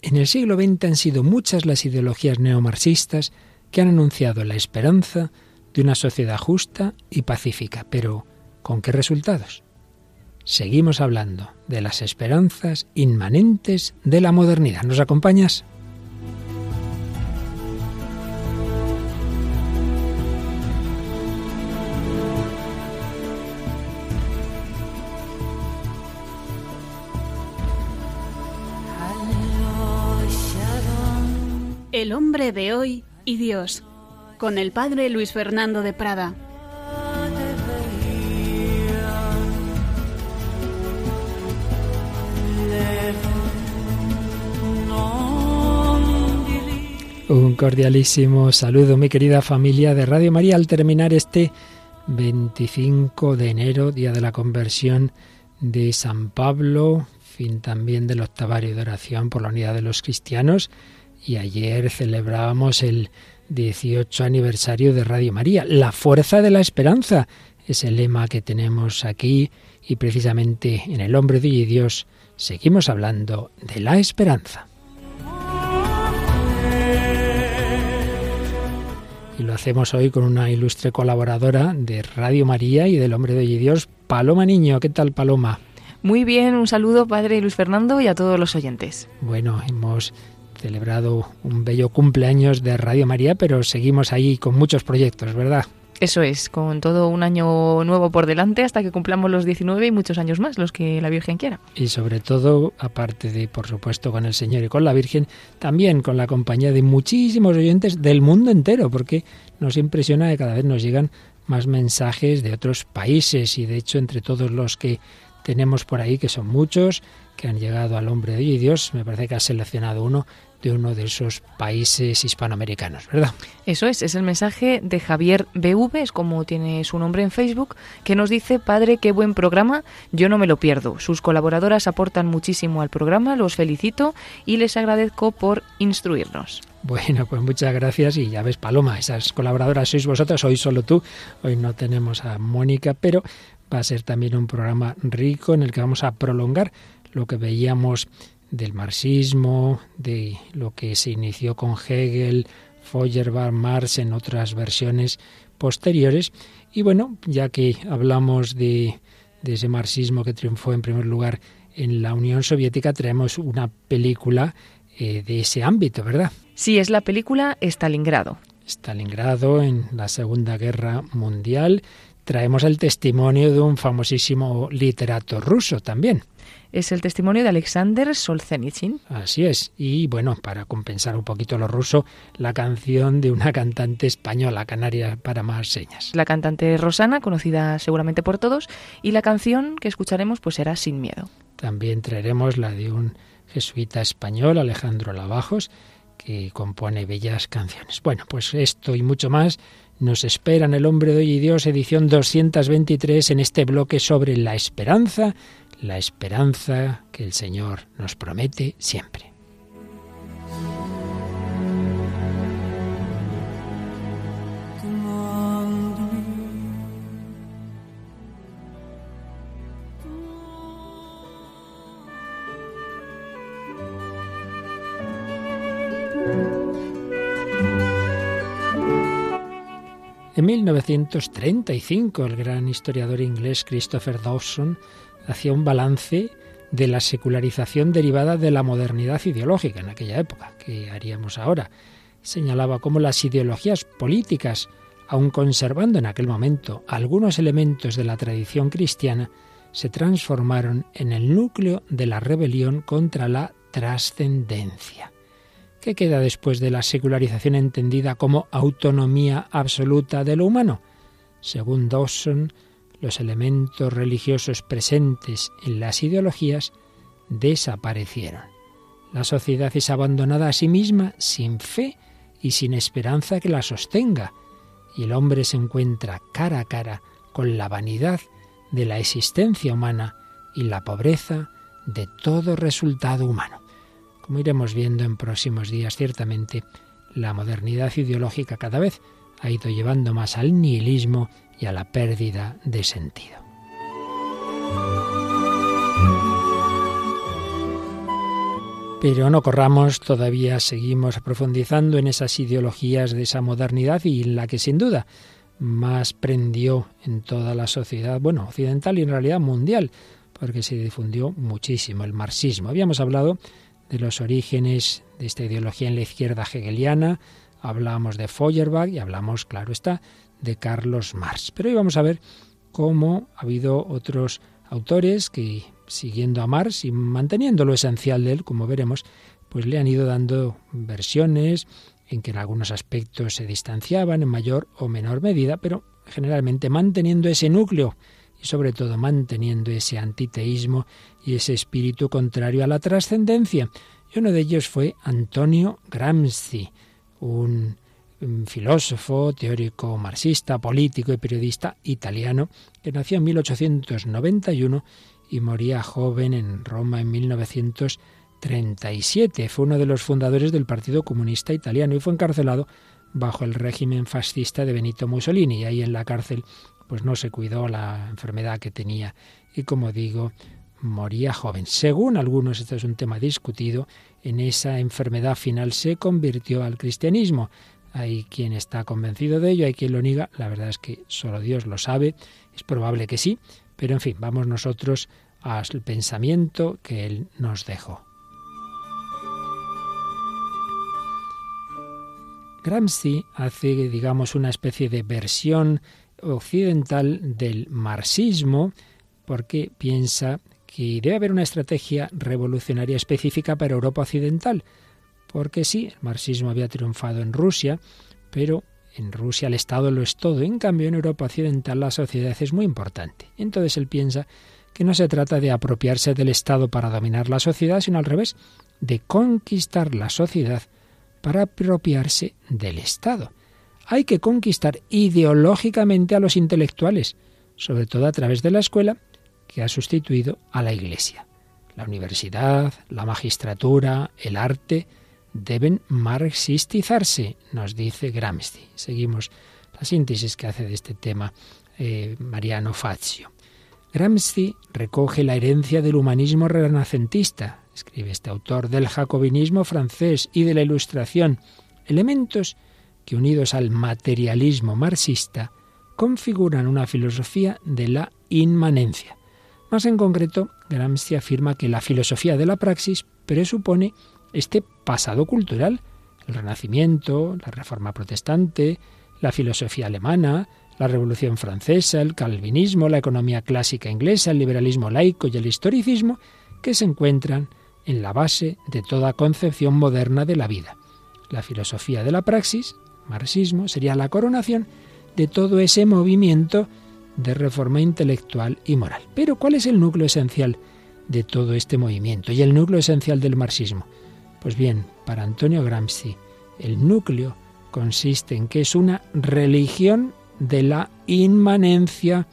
En el siglo XX han sido muchas las ideologías neomarxistas que han anunciado la esperanza de una sociedad justa y pacífica. Pero, ¿con qué resultados? Seguimos hablando de las esperanzas inmanentes de la modernidad. ¿Nos acompañas? El hombre de hoy y Dios, con el padre Luis Fernando de Prada. Un cordialísimo saludo, mi querida familia de Radio María, al terminar este 25 de enero, día de la conversión de San Pablo, fin también del octavario de oración por la unidad de los cristianos. Y ayer celebrábamos el 18 aniversario de Radio María. La fuerza de la esperanza es el lema que tenemos aquí, y precisamente en El hombre de hoy y Dios seguimos hablando de la esperanza. Y lo hacemos hoy con una ilustre colaboradora de Radio María y del hombre de hoy y Dios, Paloma Niño. ¿Qué tal, Paloma? Muy bien, un saludo, padre Luis Fernando, y a todos los oyentes. Bueno, hemos celebrado un bello cumpleaños de Radio María, pero seguimos ahí con muchos proyectos, ¿verdad? Eso es, con todo un año nuevo por delante hasta que cumplamos los 19 y muchos años más, los que la Virgen quiera. Y sobre todo, aparte de, por supuesto, con el Señor y con la Virgen, también con la compañía de muchísimos oyentes del mundo entero, porque nos impresiona que cada vez nos llegan más mensajes de otros países, y de hecho entre todos los que tenemos por ahí, que son muchos, que han llegado al hombre de hoy y Dios, me parece que has seleccionado uno de esos países hispanoamericanos, ¿verdad? Eso es el mensaje de Javier BV, es como tiene su nombre en Facebook, que nos dice: padre, qué buen programa, yo no me lo pierdo. Sus colaboradoras aportan muchísimo al programa, los felicito y les agradezco por instruirnos. Bueno, pues muchas gracias, y ya ves, Paloma, esas colaboradoras sois vosotras, hoy solo tú, hoy no tenemos a Mónica, pero va a ser también un programa rico en el que vamos a prolongar lo que veíamos del marxismo, de lo que se inició con Hegel, Feuerbach, Marx en otras versiones posteriores. Y bueno, ya que hablamos de ese marxismo que triunfó en primer lugar en la Unión Soviética, traemos una película de ese ámbito, ¿verdad? Sí, es la película Stalingrado. Stalingrado, en la Segunda Guerra Mundial. Traemos el testimonio de un famosísimo literato ruso también. Es el testimonio de Alexander Solzhenitsyn. Así es. Y bueno, para compensar un poquito lo ruso, la canción de una cantante española, canaria para más señas. La cantante Rosana, conocida seguramente por todos, y la canción que escucharemos pues será Sin miedo. También traeremos la de un jesuita español, Alejandro Lavajos, que compone bellas canciones. Bueno, pues esto y mucho más nos espera en El hombre de hoy y Dios, edición 223, en este bloque sobre la esperanza que el Señor nos promete siempre. En 1935, el gran historiador inglés Christopher Dawson hacía un balance de la secularización derivada de la modernidad ideológica en aquella época, que haríamos ahora. Señalaba cómo las ideologías políticas, aun conservando en aquel momento algunos elementos de la tradición cristiana, se transformaron en el núcleo de la rebelión contra la trascendencia. ¿Qué queda después de la secularización entendida como autonomía absoluta de lo humano? Según Dawson, los elementos religiosos presentes en las ideologías desaparecieron. La sociedad es abandonada a sí misma sin fe y sin esperanza que la sostenga, y el hombre se encuentra cara a cara con la vanidad de la existencia humana y la pobreza de todo resultado humano. Como iremos viendo en próximos días, ciertamente, la modernidad ideológica cada vez ha ido llevando más al nihilismo y a la pérdida de sentido. Pero no corramos, todavía seguimos profundizando en esas ideologías de esa modernidad y en la que sin duda más prendió en toda la sociedad, bueno, occidental y en realidad mundial, porque se difundió muchísimo el marxismo. Habíamos hablado de los orígenes de esta ideología en la izquierda hegeliana, hablábamos de Feuerbach y hablamos, claro está, de Carlos Marx. Pero hoy vamos a ver cómo ha habido otros autores que, siguiendo a Marx y manteniendo lo esencial de él, como veremos, pues le han ido dando versiones en que en algunos aspectos se distanciaban en mayor o menor medida, pero generalmente manteniendo ese núcleo y sobre todo manteniendo ese antiteísmo y ese espíritu contrario a la trascendencia. Y uno de ellos fue Antonio Gramsci, un filósofo, teórico marxista, político y periodista italiano que nació en 1891 y moría joven en Roma en 1937. Fue uno de los fundadores del Partido Comunista Italiano y fue encarcelado bajo el régimen fascista de Benito Mussolini. Y ahí en la cárcel pues no se cuidó la enfermedad que tenía y, como digo, moría joven. Según algunos, este es un tema discutido, en esa enfermedad final se convirtió al cristianismo. Hay quien está convencido de ello, hay quien lo niega. La verdad es que solo Dios lo sabe. Es probable que sí, pero en fin, vamos nosotros al pensamiento que él nos dejó. Gramsci hace, digamos, una especie de versión occidental del marxismo porque piensa que debe haber una estrategia revolucionaria específica para Europa occidental. Porque sí, el marxismo había triunfado en Rusia, pero en Rusia el Estado lo es todo. En cambio, en Europa occidental la sociedad es muy importante. Entonces él piensa que no se trata de apropiarse del Estado para dominar la sociedad, sino al revés, de conquistar la sociedad para apropiarse del Estado. Hay que conquistar ideológicamente a los intelectuales, sobre todo a través de la escuela, que ha sustituido a la Iglesia. La universidad, la magistratura, el arte deben marxistizarse, nos dice Gramsci. Seguimos la síntesis que hace de este tema Mariano Fazio. Gramsci recoge la herencia del humanismo renacentista, escribe este autor, del jacobinismo francés y de la Ilustración, elementos que unidos al materialismo marxista configuran una filosofía de la inmanencia. Más en concreto, Gramsci afirma que la filosofía de la praxis presupone este pasado cultural, el Renacimiento, la Reforma protestante, la filosofía alemana, la Revolución francesa, el calvinismo, la economía clásica inglesa, el liberalismo laico y el historicismo, que se encuentran en la base de toda concepción moderna de la vida. La filosofía de la praxis, marxismo, sería la coronación de todo ese movimiento de reforma intelectual y moral. Pero ¿cuál es el núcleo esencial de todo este movimiento y el núcleo esencial del marxismo? Pues bien, para Antonio Gramsci, el núcleo consiste en que es una religión de la inmanencia,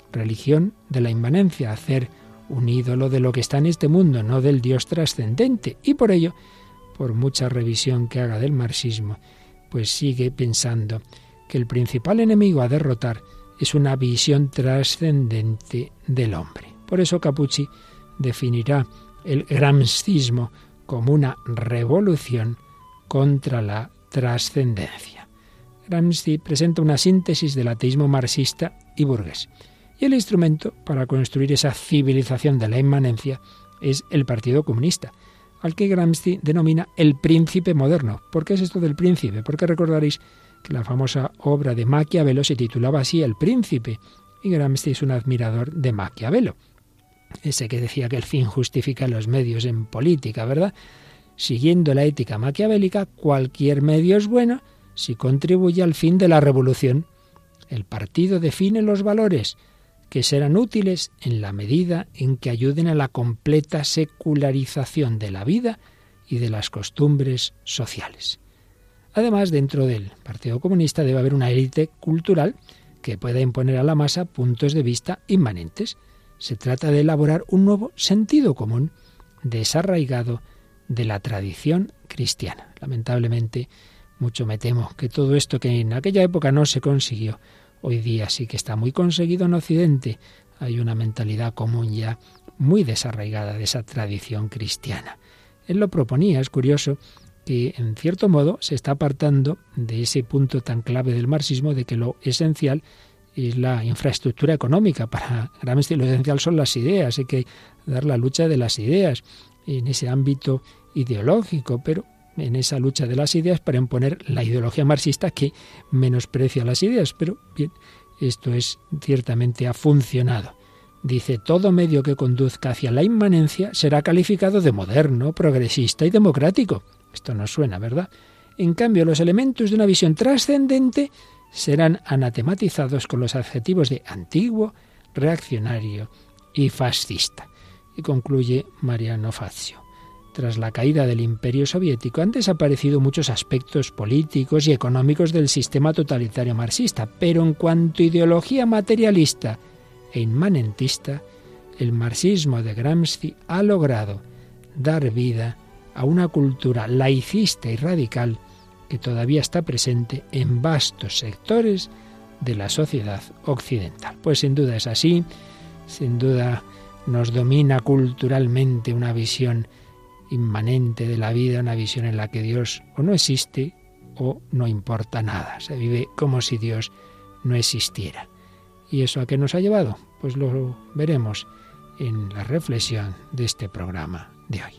hacer un ídolo de lo que está en este mundo, no del Dios trascendente. Y por ello, por mucha revisión que haga del marxismo, pues sigue pensando que el principal enemigo a derrotar es una visión trascendente del hombre. Por eso Capucci definirá el gramscismo como una revolución contra la trascendencia. Gramsci presenta una síntesis del ateísmo marxista y burgués. Y el instrumento para construir esa civilización de la inmanencia es el Partido Comunista, al que Gramsci denomina el príncipe moderno. ¿Por qué es esto del príncipe? Porque recordaréis que la famosa obra de Maquiavelo se titulaba así, El Príncipe, y Gramsci es un admirador de Maquiavelo, ese que decía que el fin justifica los medios en política, ¿verdad? Siguiendo la ética maquiavélica, cualquier medio es bueno si contribuye al fin de la revolución. El partido define los valores que serán útiles en la medida en que ayuden a la completa secularización de la vida y de las costumbres sociales. Además, dentro del Partido Comunista debe haber una élite cultural que pueda imponer a la masa puntos de vista inmanentes. Se trata de elaborar un nuevo sentido común desarraigado de la tradición cristiana. Lamentablemente, mucho me temo que todo esto que en aquella época no se consiguió, hoy día sí que está muy conseguido en Occidente. Hay una mentalidad común ya muy desarraigada de esa tradición cristiana. Él lo proponía, es curioso, que en cierto modo se está apartando de ese punto tan clave del marxismo de que lo esencial es la infraestructura económica. Para Gramsci lo esencial son las ideas, hay que dar la lucha de las ideas en ese ámbito ideológico, pero en esa lucha de las ideas para imponer la ideología marxista que menosprecia las ideas. Pero bien, esto ciertamente ha funcionado. Dice, todo medio que conduzca hacia la inmanencia será calificado de moderno, progresista y democrático. Esto no suena, ¿verdad? En cambio, los elementos de una visión trascendente serán anatematizados con los adjetivos de antiguo, reaccionario y fascista. Y concluye Mariano Fazio. Tras la caída del Imperio Soviético han desaparecido muchos aspectos políticos y económicos del sistema totalitario marxista, pero en cuanto a ideología materialista e inmanentista, el marxismo de Gramsci ha logrado dar vida a una cultura laicista y radical que todavía está presente en vastos sectores de la sociedad occidental. Pues sin duda es así, sin duda nos domina culturalmente una visión inmanente de la vida, una visión en la que Dios o no existe o no importa nada. Se vive como si Dios no existiera. ¿Y eso a qué nos ha llevado? Pues lo veremos en la reflexión de este programa de hoy.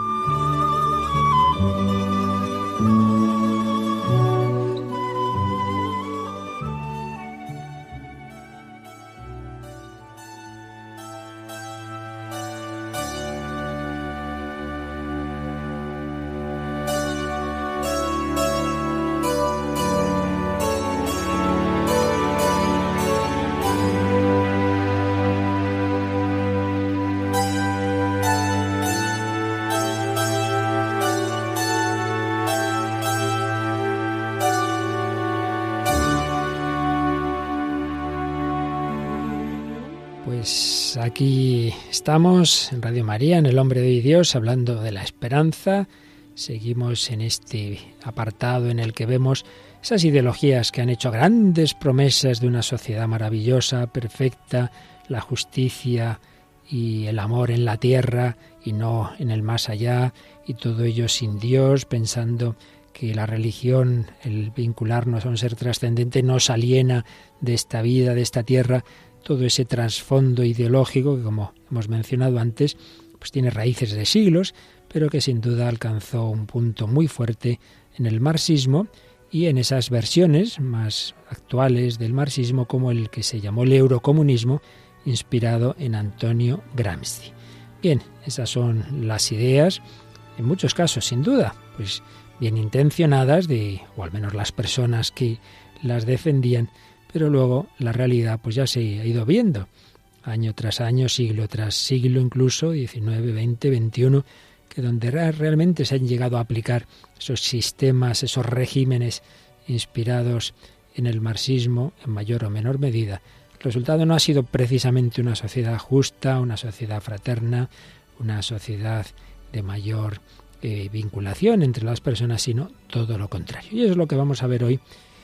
Aquí estamos en Radio María, en El Hombre de Dios, hablando de la esperanza. Seguimos en este apartado en el que vemos esas ideologías que han hecho grandes promesas de una sociedad maravillosa, perfecta, la justicia y el amor en la tierra y no en el más allá, y todo ello sin Dios, pensando que la religión, el vincularnos a un ser trascendente, nos aliena de esta vida, de esta tierra. Todo ese trasfondo ideológico que, como hemos mencionado antes, pues tiene raíces de siglos, pero que sin duda alcanzó un punto muy fuerte en el marxismo y en esas versiones más actuales del marxismo, como el que se llamó el eurocomunismo, inspirado en Antonio Gramsci. Bien, esas son las ideas, en muchos casos, sin duda, pues bien intencionadas o al menos las personas que las defendían, pero luego la realidad pues ya se ha ido viendo, año tras año, siglo tras siglo, incluso 19, 20, 21, que donde realmente se han llegado a aplicar esos sistemas, esos regímenes inspirados en el marxismo, en mayor o menor medida. El resultado no ha sido precisamente una sociedad justa, una sociedad fraterna, una sociedad de mayor vinculación entre las personas, sino todo lo contrario. Y eso es lo que vamos a ver hoy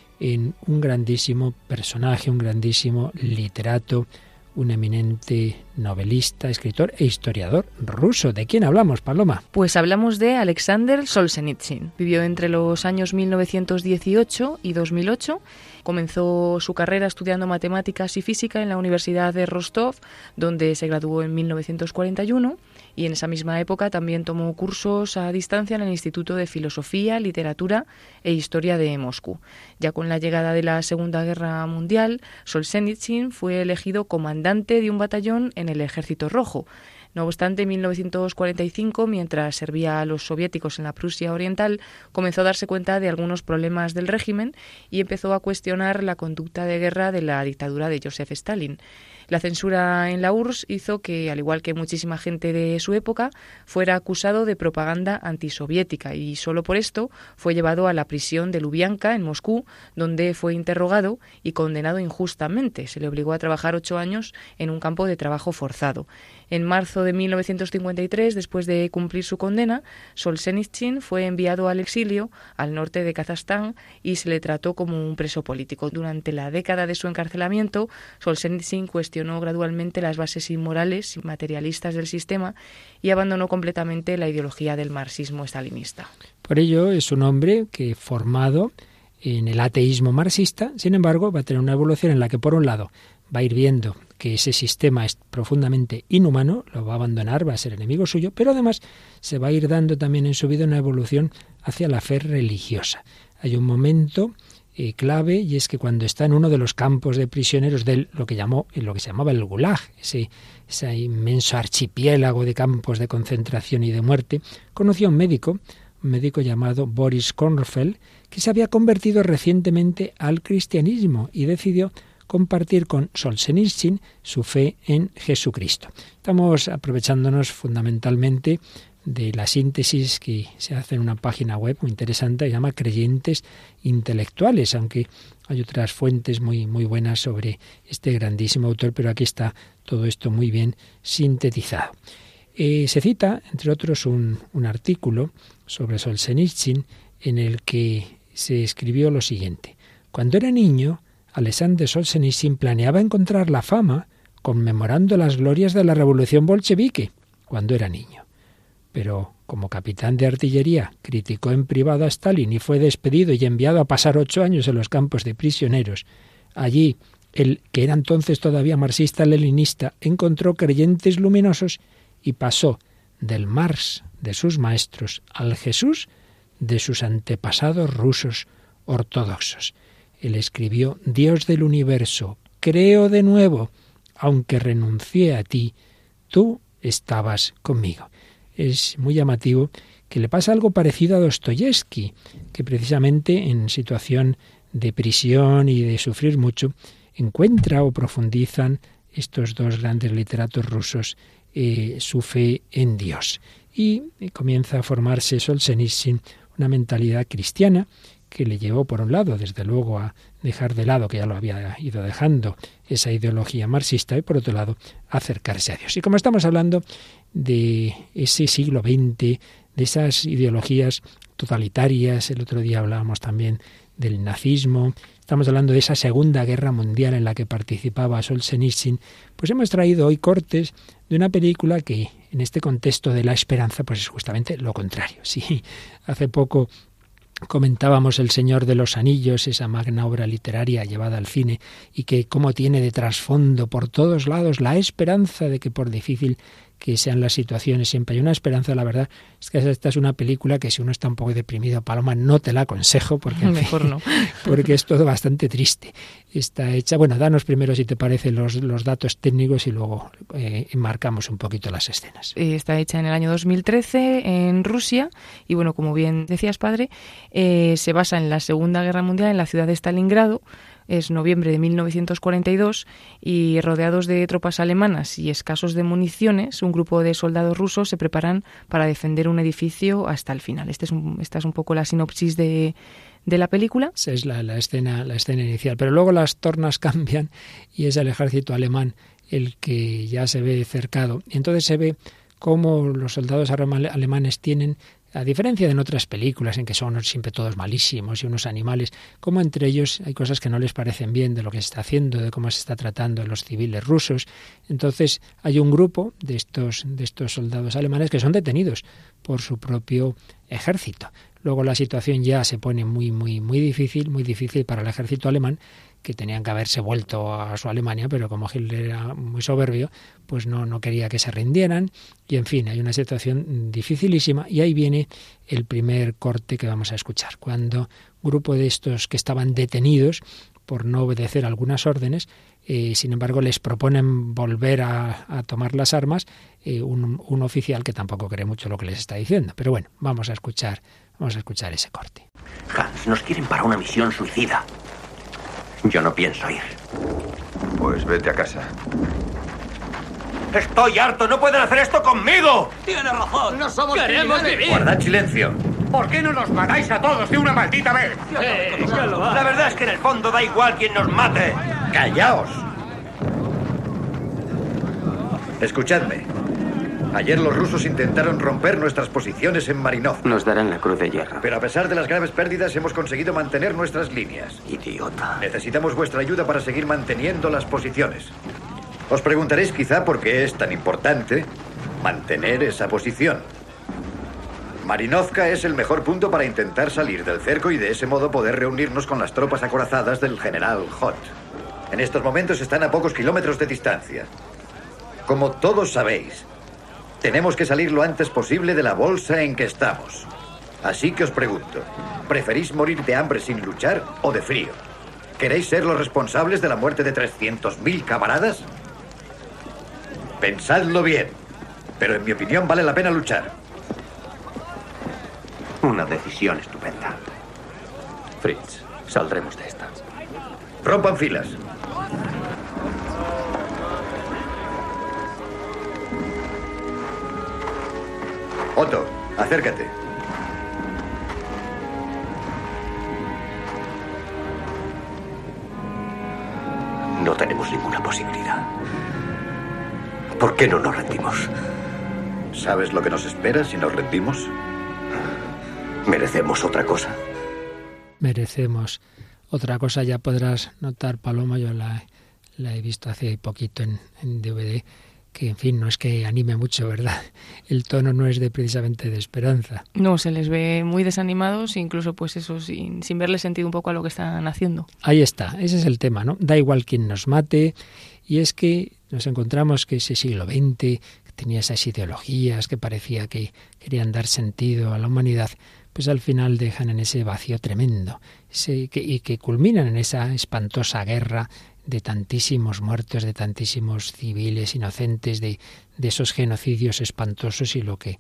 en un grandísimo personaje, un grandísimo literato, un eminente novelista, escritor e historiador ruso. ¿De quién hablamos, Paloma? Pues hablamos de Alexander Solzhenitsyn. Vivió entre los años 1918 y 2008. Comenzó su carrera estudiando matemáticas y física en la Universidad de Rostov, donde se graduó en 1941, y en esa misma época también tomó cursos a distancia en el Instituto de Filosofía, Literatura e Historia de Moscú. Ya con la llegada de la Segunda Guerra Mundial, Solzhenitsyn fue elegido comandante de un batallón en el Ejército Rojo. No obstante, en 1945, mientras servía a los soviéticos en la Prusia Oriental, comenzó a darse cuenta de algunos problemas del régimen y empezó a cuestionar la conducta de guerra de la dictadura de Joseph Stalin. La censura en la URSS hizo que, al igual que muchísima gente de su época, fuera acusado de propaganda antisoviética y solo por esto fue llevado a la prisión de Lubianka en Moscú, donde fue interrogado y condenado injustamente. Se le obligó a trabajar 8 años en un campo de trabajo forzado. En marzo de 1953, después de cumplir su condena, Solzhenitsyn fue enviado al exilio al norte de Kazajstán y se le trató como un preso político. Durante la década de su encarcelamiento, Solzhenitsyn cuestionó cuestionó gradualmente las bases inmorales y materialistas del sistema y abandonó completamente la ideología del marxismo-estalinista. Por ello es un hombre que, formado en el ateísmo marxista, sin embargo, va a tener una evolución en la que, por un lado, va a ir viendo que ese sistema es profundamente inhumano, lo va a abandonar, va a ser enemigo suyo, pero además se va a ir dando también en su vida una evolución hacia la fe religiosa. Hay un momento clave, y es que cuando está en uno de los campos de prisioneros de lo que se llamaba el Gulag, ese inmenso archipiélago de campos de concentración y de muerte, conoció a un médico llamado Boris Kornfeld, que se había convertido recientemente al cristianismo y decidió compartir con Solzhenitsyn su fe en Jesucristo. Estamos aprovechándonos fundamentalmente de la síntesis que se hace en una página web muy interesante, que se llama Creyentes Intelectuales, aunque hay otras fuentes muy, muy buenas sobre este grandísimo autor, pero aquí está todo esto muy bien sintetizado. Se cita, entre otros, un artículo sobre Solzhenitsyn en el que se escribió lo siguiente: cuando era niño, Alexander Solzhenitsyn planeaba encontrar la fama conmemorando las glorias de la revolución bolchevique cuando era niño. Pero como capitán de artillería criticó en privado a Stalin y fue despedido y enviado a pasar 8 años en los campos de prisioneros. Allí, él, que era entonces todavía marxista-leninista, encontró creyentes luminosos y pasó del Marx de sus maestros al Jesús de sus antepasados rusos ortodoxos. Él escribió: Dios del universo, creo de nuevo, aunque renuncié a ti, tú estabas conmigo. Es muy llamativo que le pasa algo parecido a Dostoyevsky, que precisamente en situación de prisión y de sufrir mucho, encuentra o profundizan estos dos grandes literatos rusos su fe en Dios. Y comienza a formarse Solzhenitsyn una mentalidad cristiana que le llevó, por un lado, desde luego, a dejar de lado, que ya lo había ido dejando, esa ideología marxista, y por otro lado, a acercarse a Dios. Y como estamos hablando de ese siglo XX, de esas ideologías totalitarias, el otro día hablábamos también del nazismo, estamos hablando de esa Segunda Guerra Mundial en la que participaba Solzhenitsyn, pues hemos traído hoy cortes de una película que, en este contexto de la esperanza, pues es justamente lo contrario. Sí, hace poco comentábamos El Señor de los Anillos, esa magna obra literaria llevada al cine, y que cómo tiene de trasfondo por todos lados la esperanza de que, por difícil que sean las situaciones, siempre hay una esperanza. La verdad es que esta es una película que, si uno está un poco deprimido, Paloma, no te la aconsejo, porque mejor no, porque es todo bastante triste. Está hecha, bueno, danos primero, si te parece, los datos técnicos y luego enmarcamos un poquito las escenas. Está hecha en el año 2013 en Rusia y, bueno, como bien decías, padre, se basa en la Segunda Guerra Mundial en la ciudad de Stalingrado. Es noviembre de 1942 y, rodeados de tropas alemanas y escasos de municiones, un grupo de soldados rusos se preparan para defender un edificio hasta el final. Esta es un poco la sinopsis de la película. Esa es la escena inicial, pero luego las tornas cambian y es el ejército alemán el que ya se ve cercado. Y entonces se ve cómo los soldados alemanes tienen, a diferencia de en otras películas en que son siempre todos malísimos y unos animales, como entre ellos hay cosas que no les parecen bien de lo que se está haciendo, de cómo se está tratando a los civiles rusos. Entonces hay un grupo de estos soldados alemanes que son detenidos por su propio ejército. Luego la situación ya se pone muy, muy, muy difícil para el ejército alemán, que tenían que haberse vuelto a su Alemania, pero como Hitler era muy soberbio, pues no quería que se rindieran, y en fin, hay una situación dificilísima, y ahí viene el primer corte que vamos a escuchar, cuando un grupo de estos que estaban detenidos por no obedecer algunas órdenes, sin embargo les proponen volver a tomar las armas, un oficial que tampoco cree mucho lo que les está diciendo, pero bueno, vamos a escuchar ese corte. Hans, nos quieren para una misión suicida. Yo no pienso ir. Pues vete a casa. ¡Estoy harto! ¡No pueden hacer esto conmigo! ¡Tiene razón! ¡No somos ¡Queremos vivir! Guardad silencio. ¿Por qué no nos matáis a todos de una maldita vez? La verdad es que en el fondo da igual quién nos mate. ¡Callaos! Escuchadme. Ayer los rusos intentaron romper nuestras posiciones en Marinov. Nos darán la cruz de hierro. Pero a pesar de las graves pérdidas hemos conseguido mantener nuestras líneas. Idiota. Necesitamos vuestra ayuda para seguir manteniendo las posiciones. Os preguntaréis quizá por qué es tan importante mantener esa posición. Marinovka es el mejor punto para intentar salir del cerco y de ese modo poder reunirnos con las tropas acorazadas del general Hoth. En estos momentos están a pocos kilómetros de distancia. Como todos sabéis, tenemos que salir lo antes posible de la bolsa en que estamos. Así que os pregunto, ¿preferís morir de hambre sin luchar o de frío? ¿Queréis ser los responsables de la muerte de 300.000 camaradas? Pensadlo bien, pero en mi opinión vale la pena luchar. Una decisión estupenda. Fritz, saldremos de esta. Rompan filas. Otto, acércate. No tenemos ninguna posibilidad. ¿Por qué no nos rendimos? ¿Sabes lo que nos espera si nos rendimos? ¿Merecemos otra cosa? Merecemos otra cosa. Ya podrás notar, Paloma, yo la he visto hace poquito en DVD, que en fin, no es que anime mucho, ¿verdad? El tono no es precisamente de esperanza. No, se les ve muy desanimados, incluso pues eso, sin verle sentido un poco a lo que están haciendo. Ahí está, ese es el tema, ¿no? Da igual quién nos mate, y es que nos encontramos que ese siglo XX tenía esas ideologías que parecía que querían dar sentido a la humanidad, pues al final dejan en ese vacío tremendo, y que culminan en esa espantosa guerra de tantísimos muertos, de tantísimos civiles inocentes, de esos genocidios espantosos y lo que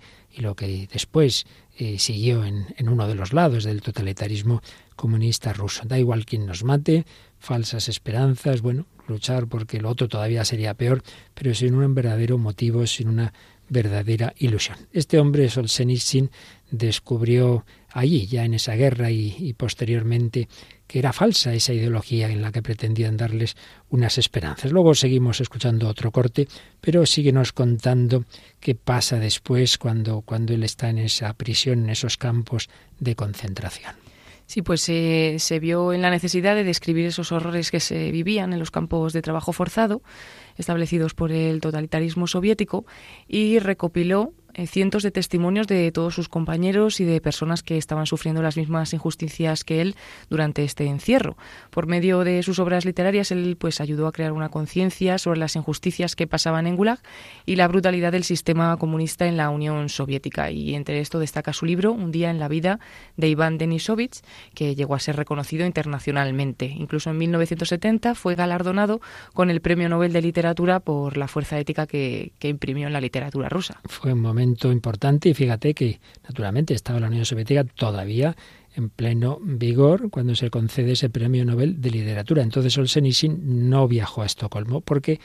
después siguió en uno de los lados del totalitarismo comunista ruso. Da igual quién nos mate, falsas esperanzas, bueno, luchar porque lo otro todavía sería peor, pero sin un verdadero motivo, sin una verdadera ilusión. Este hombre, Solzhenitsyn, descubrió allí, ya en esa guerra y posteriormente, que era falsa esa ideología en la que pretendían darles unas esperanzas. Luego seguimos escuchando otro corte, pero síguenos contando qué pasa después cuando él está en esa prisión, en esos campos de concentración. Sí, pues se vio en la necesidad de describir esos horrores que se vivían en los campos de trabajo forzado establecidos por el totalitarismo soviético y recopiló cientos de testimonios de todos sus compañeros y de personas que estaban sufriendo las mismas injusticias que él durante este encierro. Por medio de sus obras literarias, él pues ayudó a crear una conciencia sobre las injusticias que pasaban en Gulag y la brutalidad del sistema comunista en la Unión Soviética. Y entre esto destaca su libro Un día en la vida de Iván Denisovich, que llegó a ser reconocido internacionalmente. Incluso en 1970 fue galardonado con el Premio Nobel de Literatura por la fuerza ética que imprimió en la literatura rusa. Fue un momento importante y fíjate que naturalmente estaba la Unión Soviética todavía en pleno vigor cuando se concede ese Premio Nobel de Literatura. Entonces Solzhenitsyn no viajó a Estocolmo porque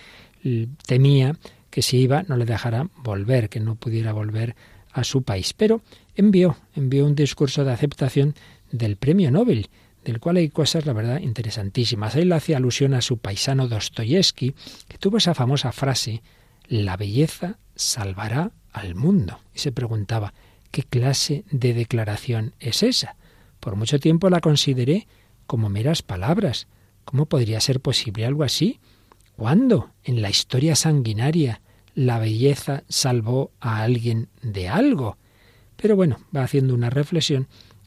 temía que si iba no le dejaran volver, que no pudiera volver a su país. Pero envió un discurso de aceptación del Premio Nobel, del cual hay cosas, la verdad, interesantísimas. Él hace alusión a su paisano Dostoyevsky, que tuvo esa famosa frase: la belleza salvará al mundo. Y se preguntaba, ¿qué clase de declaración es esa? Por mucho tiempo la consideré como meras palabras. ¿Cómo podría ser posible algo así? ¿Cuándo, en la historia sanguinaria, la belleza salvó a alguien de algo? Pero bueno, va haciendo una reflexión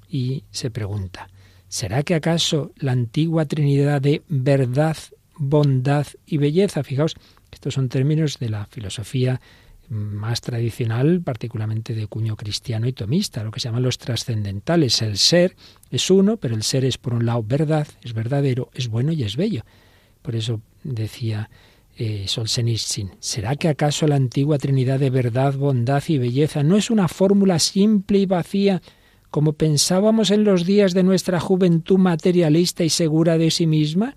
y se pregunta, ¿será que acaso la antigua trinidad de verdad, bondad y belleza? Fijaos, estos son términos de la filosofía más tradicional, particularmente de cuño cristiano y tomista, lo que se llaman los trascendentales. El ser es uno, pero el ser es por un lado verdad, es verdadero, es bueno y es bello. Por eso decía Solzhenitsyn, ¿será que acaso la antigua trinidad de verdad, bondad y belleza no es una fórmula simple y vacía como pensábamos en los días de nuestra juventud materialista y segura de sí misma?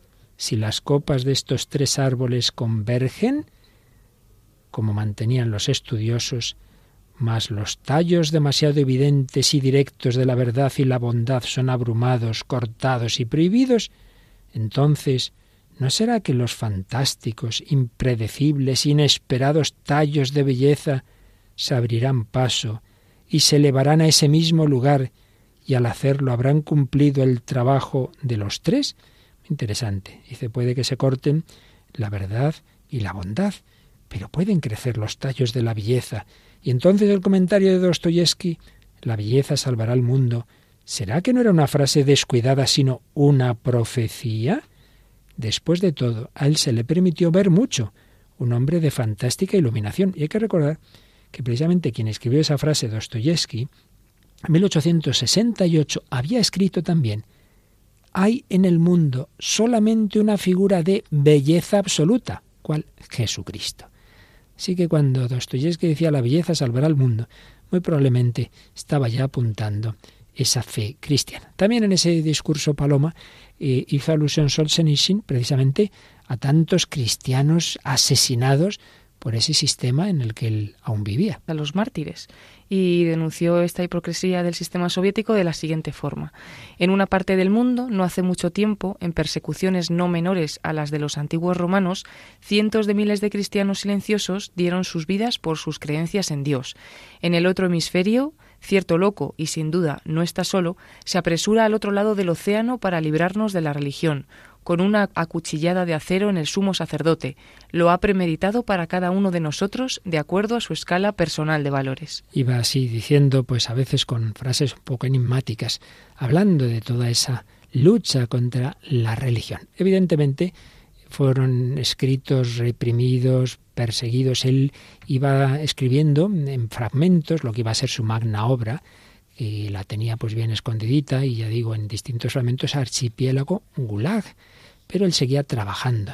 Si las copas de estos tres árboles convergen, como mantenían los estudiosos, mas los tallos demasiado evidentes y directos de la verdad y la bondad son abrumados, cortados y prohibidos, entonces, ¿no será que los fantásticos, impredecibles, inesperados tallos de belleza se abrirán paso y se elevarán a ese mismo lugar y al hacerlo habrán cumplido el trabajo de los tres? Interesante. Dice, puede que se corten la verdad y la bondad, pero pueden crecer los tallos de la belleza. Y entonces el comentario de Dostoyevski, la belleza salvará al mundo, ¿será que no era una frase descuidada, sino una profecía? Después de todo, a él se le permitió ver mucho, un hombre de fantástica iluminación. Y hay que recordar que precisamente quien escribió esa frase, Dostoyevski, en 1868 había escrito también: hay en el mundo solamente una figura de belleza absoluta. ¿Cuál? Jesucristo. Así que cuando Dostoyevski decía la belleza salvará al mundo, muy probablemente estaba ya apuntando esa fe cristiana. También en ese discurso, Paloma, hizo alusión Solzhenitsyn precisamente a tantos cristianos asesinados por ese sistema en el que él aún vivía. A los mártires. Y denunció esta hipocresía del sistema soviético de la siguiente forma: en una parte del mundo, no hace mucho tiempo, en persecuciones no menores a las de los antiguos romanos, cientos de miles de cristianos silenciosos dieron sus vidas por sus creencias en Dios. En el otro hemisferio, cierto loco, y sin duda no está solo, se apresura al otro lado del océano para librarnos de la religión, con una acuchillada de acero en el sumo sacerdote. Lo ha premeditado para cada uno de nosotros de acuerdo a su escala personal de valores. Iba así diciendo, pues a veces con frases un poco enigmáticas, hablando de toda esa lucha contra la religión. Evidentemente fueron escritos reprimidos, perseguidos. Él iba escribiendo en fragmentos lo que iba a ser su magna obra, y la tenía pues bien escondidita, y ya digo, en distintos fragmentos, Archipiélago Gulag. Pero él seguía trabajando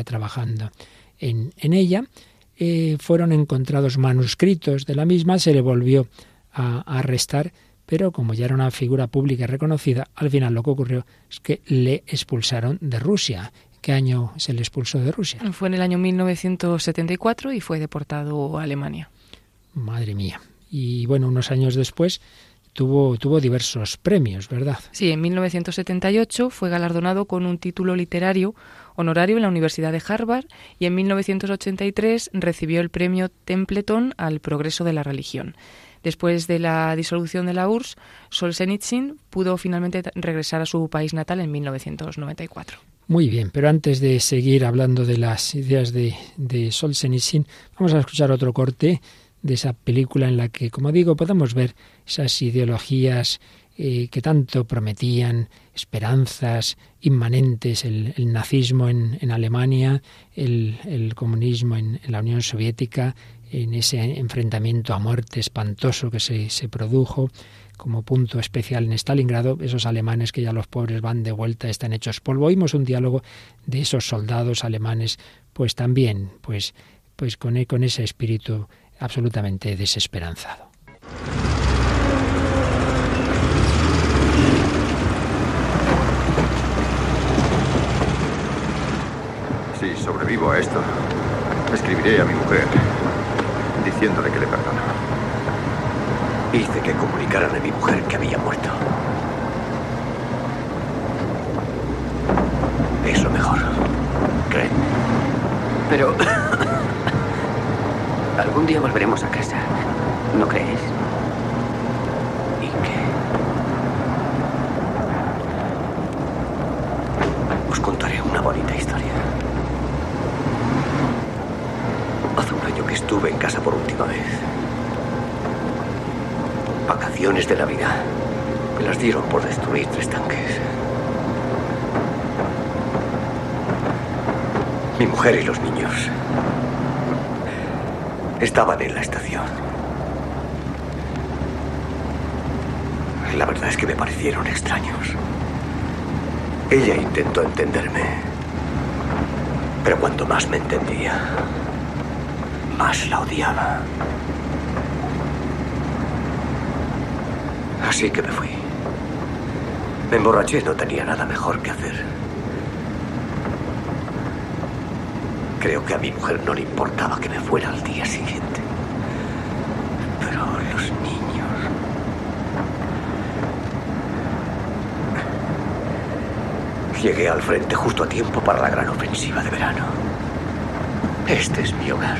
en ella. Fueron encontrados manuscritos de la misma, se le volvió a arrestar, pero como ya era una figura pública reconocida, al final lo que ocurrió es que le expulsaron de Rusia. ¿Qué año se le expulsó de Rusia? Fue en el año 1974 y fue deportado a Alemania. Madre mía. Y bueno, unos años después tuvo diversos premios, ¿verdad? Sí, en 1978 fue galardonado con un título literario honorario en la Universidad de Harvard, y en 1983 recibió el premio Templeton al progreso de la religión. Después de la disolución de la URSS, Solzhenitsyn pudo finalmente regresar a su país natal en 1994. Muy bien, pero antes de seguir hablando de las ideas de Solzhenitsyn, vamos a escuchar otro corte de esa película en la que, como digo, podemos ver esas ideologías que tanto prometían, esperanzas inmanentes, el nazismo en Alemania, el comunismo en la Unión Soviética, en ese enfrentamiento a muerte espantoso que se produjo como punto especial en Stalingrado, esos alemanes que ya los pobres van de vuelta, están hechos polvo. Oímos un diálogo de esos soldados alemanes, pues también, pues con ese espíritu absolutamente desesperanzado. Si sobrevivo a esto, escribiré a mi mujer diciéndole que le perdono. Hice que comunicaran a mi mujer que había muerto. Es lo mejor, créeme. Pero algún día volveremos a casa, ¿no crees? ¿Y qué? Os contaré una bonita historia. Hace un año que estuve en casa por última vez. Vacaciones de Navidad. Me las dieron por destruir 3 tanques. Mi mujer y los niños estaban en la estación. La verdad es que me parecieron extraños. Ella intentó entenderme, pero cuanto más me entendía, más la odiaba. Así que me fui. Me emborraché, no tenía nada mejor que hacer. Creo que a mi mujer no le importaba que me fuera al día siguiente. Pero los niños... Llegué al frente justo a tiempo para la gran ofensiva de verano. Este es mi hogar.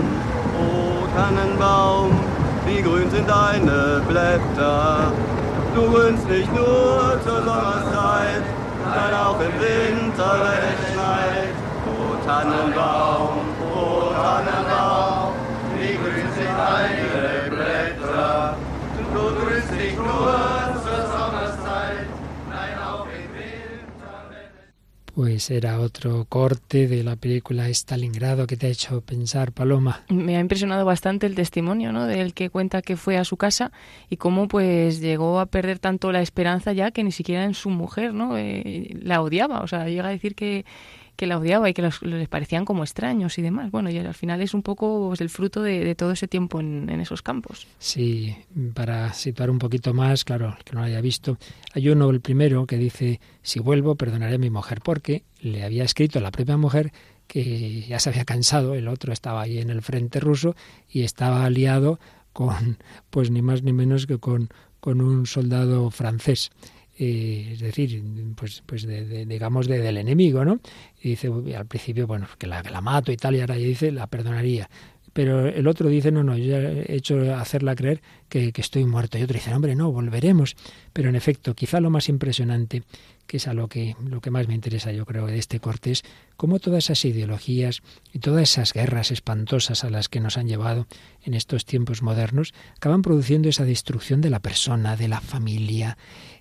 Oh Tannenbaum, wie grün sind deine Blätter. Du wünschst nicht nur zur Sommerzeit, nein auch im Winter, wenn es schneit. O Tannenbaum, wie grün sind deine Blätter. Du grüßt nicht nur zur Sommerzeit, nein auch im Winter, wenn es... Pues era otro corte de la película Stalingrado que te ha hecho pensar, Paloma. Me ha impresionado bastante el testimonio, ¿no?, del que cuenta que fue a su casa y cómo pues llegó a perder tanto la esperanza ya que ni siquiera en su mujer, ¿no?, la odiaba. O sea, llega a decir que la odiaba y que les parecían como extraños y demás. Bueno, y al final es un poco pues, el fruto de todo ese tiempo en esos campos. Sí, para situar un poquito más, claro, el que no lo haya visto, hay uno, el primero, que dice: si vuelvo, perdonaré a mi mujer, porque le había escrito a la propia mujer que ya se había cansado, el otro estaba ahí en el frente ruso y estaba aliado con, pues ni más ni menos que con un soldado francés. Es decir, digamos del enemigo, ¿no? Y dice al principio, bueno, que la mato y tal, y ahora ya dice, la perdonaría. Pero el otro dice, no, yo he hecho hacerla creer que estoy muerto. Y otro dice, hombre, no, volveremos. Pero en efecto, quizá lo más impresionante, que es a lo que más me interesa, yo creo, de este corte, es cómo todas esas ideologías y todas esas guerras espantosas a las que nos han llevado en estos tiempos modernos acaban produciendo esa destrucción de la persona, de la familia,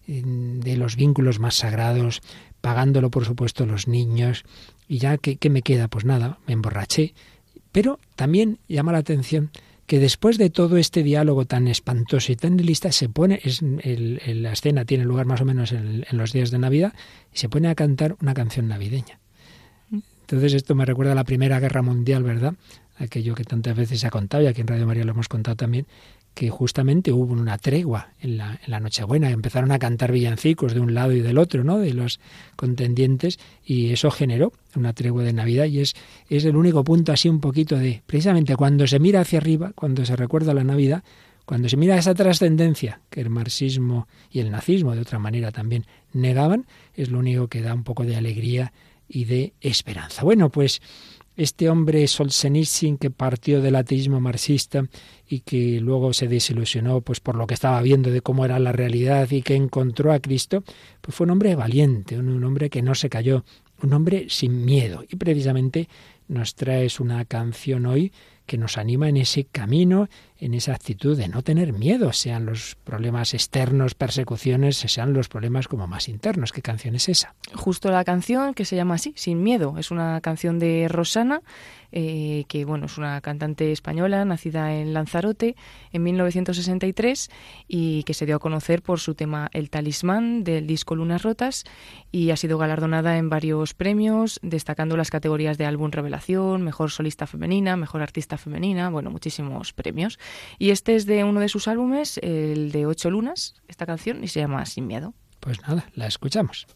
de los vínculos más sagrados, pagándolo, por supuesto, los niños. Y ya, ¿qué me queda? Pues nada, me emborraché. Pero también llama la atención que después de todo este diálogo tan espantoso y tan nihilista, se pone, la escena tiene lugar más o menos en los días de Navidad, y se pone a cantar una canción navideña. Entonces esto me recuerda a la Primera Guerra Mundial, ¿verdad? Aquello que tantas veces se ha contado, y aquí en Radio María lo hemos contado también, que justamente hubo una tregua en la Nochebuena, empezaron a cantar villancicos de un lado y del otro, ¿no?, de los contendientes, y eso generó una tregua de Navidad, y es el único punto así un poquito de, precisamente cuando se mira hacia arriba, cuando se recuerda la Navidad, cuando se mira esa trascendencia que el marxismo y el nazismo de otra manera también negaban, es lo único que da un poco de alegría y de esperanza. Bueno, pues este hombre Solzhenitsyn, que partió del ateísmo marxista y que luego se desilusionó pues por lo que estaba viendo de cómo era la realidad y que encontró a Cristo, pues fue un hombre valiente, un hombre que no se cayó, un hombre sin miedo. Y precisamente nos traes una canción hoy que nos anima en ese camino, en esa actitud de no tener miedo, sean los problemas externos, persecuciones, sean los problemas como más internos. ¿Qué canción es esa? Justo la canción, que se llama así, Sin Miedo. Es una canción de Rosana, que bueno, es una cantante española nacida en Lanzarote en 1963 y que se dio a conocer por su tema El Talismán del disco Lunas Rotas, y ha sido galardonada en varios premios, destacando las categorías de álbum revelación, mejor solista femenina, mejor artista femenina, bueno, muchísimos premios. Y este es de uno de sus álbumes, el de 8 lunas, esta canción, y se llama Sin Miedo. Pues nada, la escuchamos.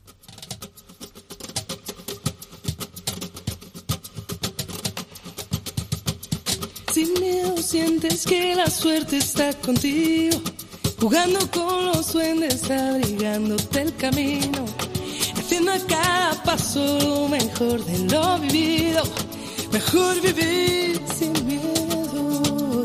Sin miedo sientes que la suerte está contigo, jugando con los duendes, abrigándote el camino, haciendo a cada paso lo mejor de lo vivido. Mejor vivir sin miedo,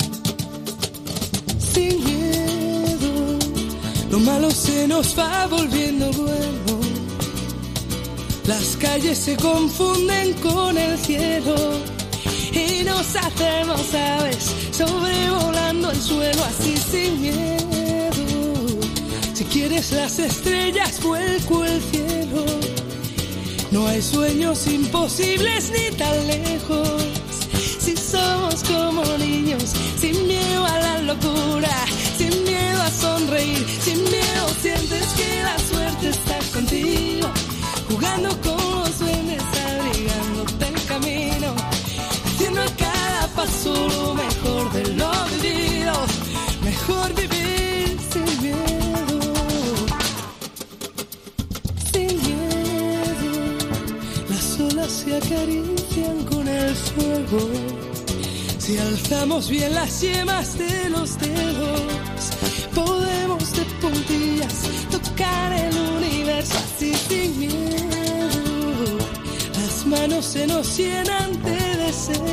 sin miedo. Lo malo se nos va volviendo bueno, las calles se confunden con el cielo y nos hacemos aves sobrevolando el suelo así sin miedo. Si quieres las estrellas vuelco el cielo, no hay sueños imposibles ni tan lejos. Si somos como niños, sin miedo a la locura, sin miedo a sonreír, sin miedo sientes que la suerte está contigo, jugando con los duendes, abrigándote el camino, haciendo a cada paso lo mejor de lo vivido. Mejor vivir sin miedo, sin miedo. Las olas se acarician con el fuego, si alzamos bien las yemas de los dedos, podemos de puntillas tocar el universo así sin miedo. Las manos se nos llenan de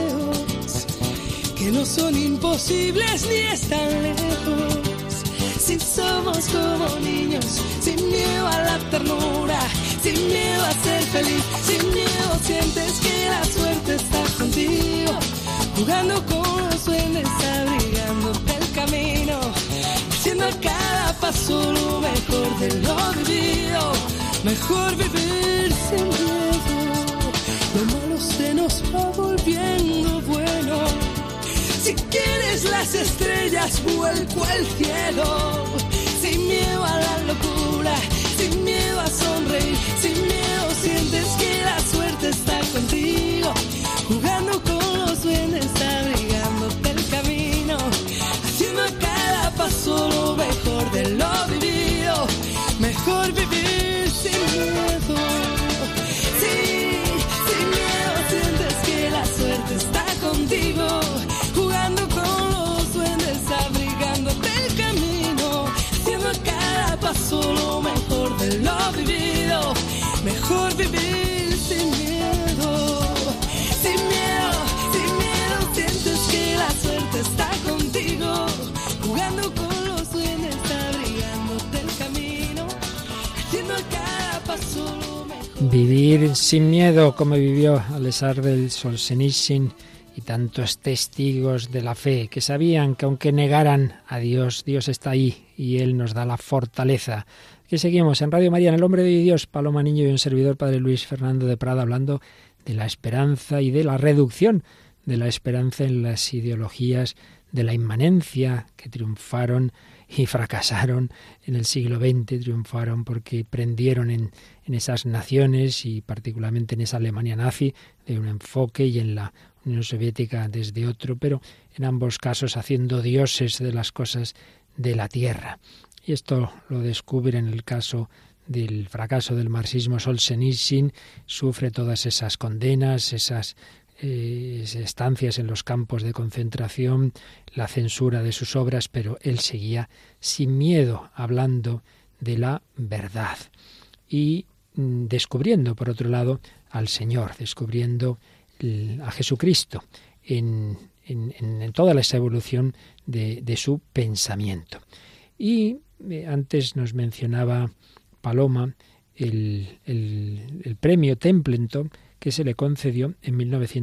deseos que no son imposibles ni están lejos. si somos como niños, sin miedo a la ternura, sin miedo a ser feliz, sin miedo sientes que la suerte está contigo, jugando con los duendes, abrigándote el camino, haciendo a cada paso lo mejor de lo vivido, mejor vivir sin miedo, lo malo se nos va volviendo bueno. Si quieres las estrellas, vuelco al cielo. Sin miedo a la locura, sin miedo a sonreír, sin miedo sientes que la suerte está contigo, jugando con los duendes, abrigándote el camino, haciendo a cada paso lo mejor de lo vivido, mejor vivir sin miedo. Sí, sin miedo sientes que la suerte está contigo, jugando con los duendes, abrigándote el camino, haciendo a cada paso lo mejor de lo vivido, mejor vivir sin miedo. Sin miedo, sin miedo sientes que la suerte está contigo, jugando con los duendes, abrigándote el camino, haciendo a cada paso lo mejor. Vivir sin miedo, como vivió Alexander Solzhenitsyn y tantos testigos de la fe que sabían que aunque negaran a Dios, Dios está ahí y Él nos da la fortaleza. Que seguimos en Radio María, en El Hombre de Dios, Paloma Niño y un servidor, Padre Luis Fernando de Prada, hablando de la esperanza y de la reducción de la esperanza en las ideologías de la inmanencia que triunfaron y fracasaron en el siglo XX, triunfaron porque prendieron en esas naciones y particularmente en esa Alemania nazi de un enfoque y en la Unión Soviética desde otro, pero en ambos casos haciendo dioses de las cosas de la tierra. Y esto lo descubre en el caso del fracaso del marxismo. Solzhenitsyn sufre todas esas condenas, esas estancias en los campos de concentración, la censura de sus obras, pero él seguía sin miedo hablando de la verdad y descubriendo, por otro lado, al Señor, descubriendo a Jesucristo en toda esa evolución de su pensamiento. Y antes nos mencionaba Paloma el premio Templeton que se le concedió en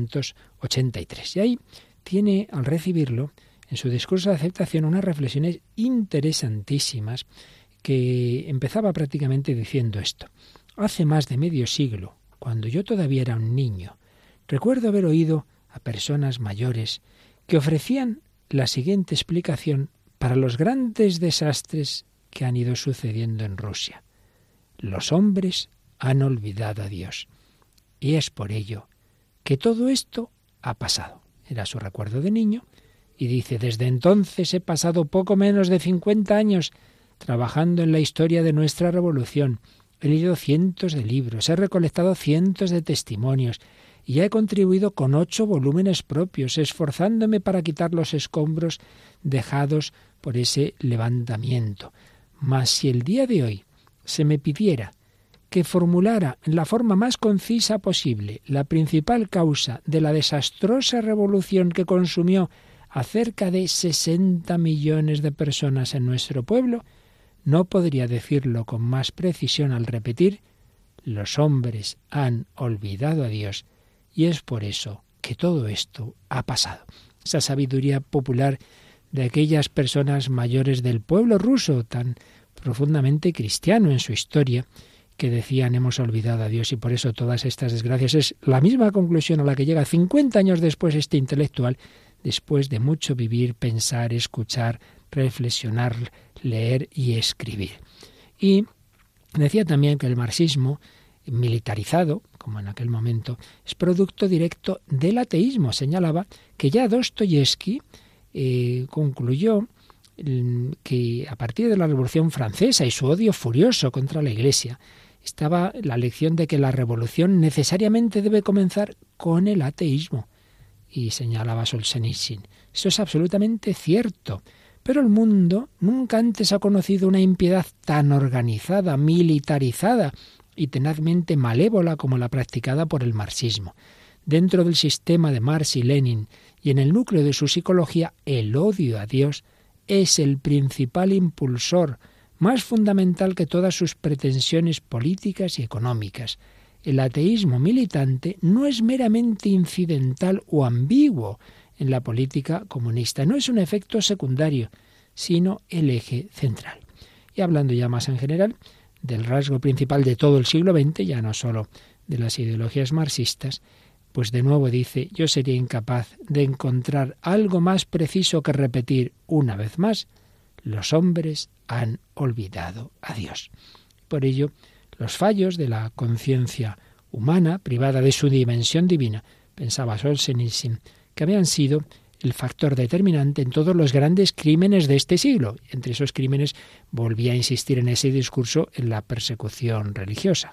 1983. Y ahí tiene, al recibirlo, en su discurso de aceptación, unas reflexiones interesantísimas que empezaba prácticamente diciendo esto. Hace más de medio siglo, cuando yo todavía era un niño, recuerdo haber oído a personas mayores que ofrecían la siguiente explicación para los grandes desastres que han ido sucediendo en Rusia. Los hombres han olvidado a Dios. Y es por ello que todo esto ha pasado. Era su recuerdo de niño y dice, desde entonces he pasado poco menos de 50 años trabajando en la historia de nuestra revolución. He leído cientos de libros, he recolectado cientos de testimonios y ya he contribuido con 8 volúmenes propios, esforzándome para quitar los escombros dejados por ese levantamiento. Mas si el día de hoy se me pidiera que formulara en la forma más concisa posible la principal causa de la desastrosa revolución que consumió a cerca de 60 millones de personas en nuestro pueblo, no podría decirlo con más precisión al repetir: los hombres han olvidado a Dios y es por eso que todo esto ha pasado. Esa sabiduría popular de aquellas personas mayores del pueblo ruso, tan profundamente cristiano en su historia, que decían hemos olvidado a Dios y por eso todas estas desgracias. Es la misma conclusión a la que llega 50 años después este intelectual, después de mucho vivir, pensar, escuchar, reflexionar, leer y escribir. Y decía también que el marxismo militarizado, como en aquel momento, es producto directo del ateísmo. Señalaba que ya Dostoyevsky concluyó que a partir de la Revolución Francesa y su odio furioso contra la Iglesia, estaba la lección de que la revolución necesariamente debe comenzar con el ateísmo. Y señalaba Solzhenitsyn, eso es absolutamente cierto, pero el mundo nunca antes ha conocido una impiedad tan organizada, militarizada y tenazmente malévola como la practicada por el marxismo. Dentro del sistema de Marx y Lenin y en el núcleo de su psicología, el odio a Dios es el principal impulsor, más fundamental que todas sus pretensiones políticas y económicas. El ateísmo militante no es meramente incidental o ambiguo en la política comunista, no es un efecto secundario, sino el eje central. Y hablando ya más en general del rasgo principal de todo el siglo XX, ya no solo de las ideologías marxistas, pues de nuevo dice: yo sería incapaz de encontrar algo más preciso que repetir una vez más: los hombres han olvidado a Dios. Por ello, los fallos de la conciencia humana, privada de su dimensión divina, pensaba Solzhenitsyn, que habían sido el factor determinante en todos los grandes crímenes de este siglo. Entre esos crímenes volvía a insistir en ese discurso en la persecución religiosa.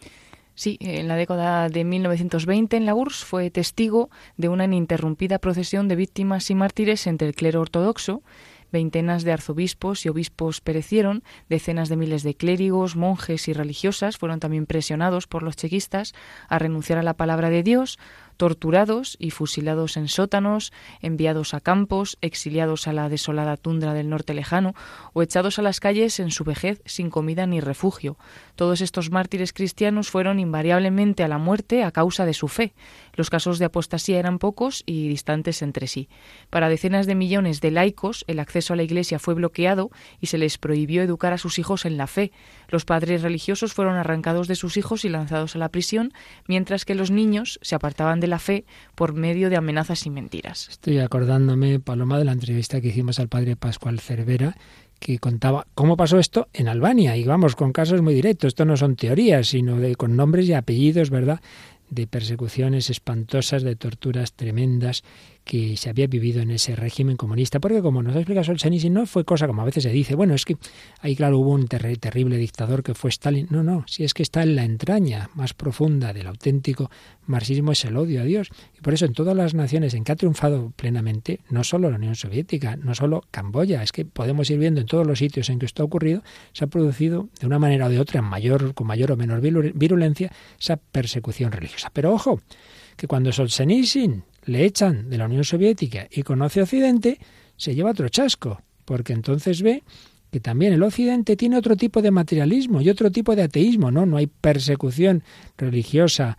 Sí, en la década de 1920 en la URSS fue testigo de una ininterrumpida procesión de víctimas y mártires entre el clero ortodoxo. Veintenas de arzobispos y obispos perecieron, decenas de miles de clérigos, monjes y religiosas fueron también presionados por los chequistas a renunciar a la palabra de Dios, torturados y fusilados en sótanos, enviados a campos, exiliados a la desolada tundra del norte lejano o echados a las calles en su vejez sin comida ni refugio. Todos estos mártires cristianos fueron invariablemente a la muerte a causa de su fe. Los casos de apostasía eran pocos y distantes entre sí. Para decenas de millones de laicos, el acceso a la Iglesia fue bloqueado y se les prohibió educar a sus hijos en la fe. Los padres religiosos fueron arrancados de sus hijos y lanzados a la prisión, mientras que los niños se apartaban de la fe por medio de amenazas y mentiras. Estoy acordándome, Paloma, de la entrevista que hicimos al padre Pascual Cervera, que contaba cómo pasó esto en Albania, y vamos, con casos muy directos. Esto no son teorías, sino con nombres y apellidos, ¿verdad?, de persecuciones espantosas, de torturas tremendas que se había vivido en ese régimen comunista. Porque, como nos ha explicado Solzhenitsyn, no fue cosa como a veces se dice, bueno, es que ahí, claro, hubo un terrible dictador que fue Stalin. No, si es que está en la entraña más profunda del auténtico marxismo, es el odio a Dios. Y por eso en todas las naciones en que ha triunfado plenamente, no solo la Unión Soviética, no solo Camboya, es que podemos ir viendo en todos los sitios en que esto ha ocurrido, se ha producido de una manera o de otra, con mayor o menor virulencia, esa persecución religiosa. Pero ojo, que cuando Solzhenitsyn le echan de la Unión Soviética y conoce Occidente, se lleva otro chasco, porque entonces ve que también el Occidente tiene otro tipo de materialismo y otro tipo de ateísmo. No hay persecución religiosa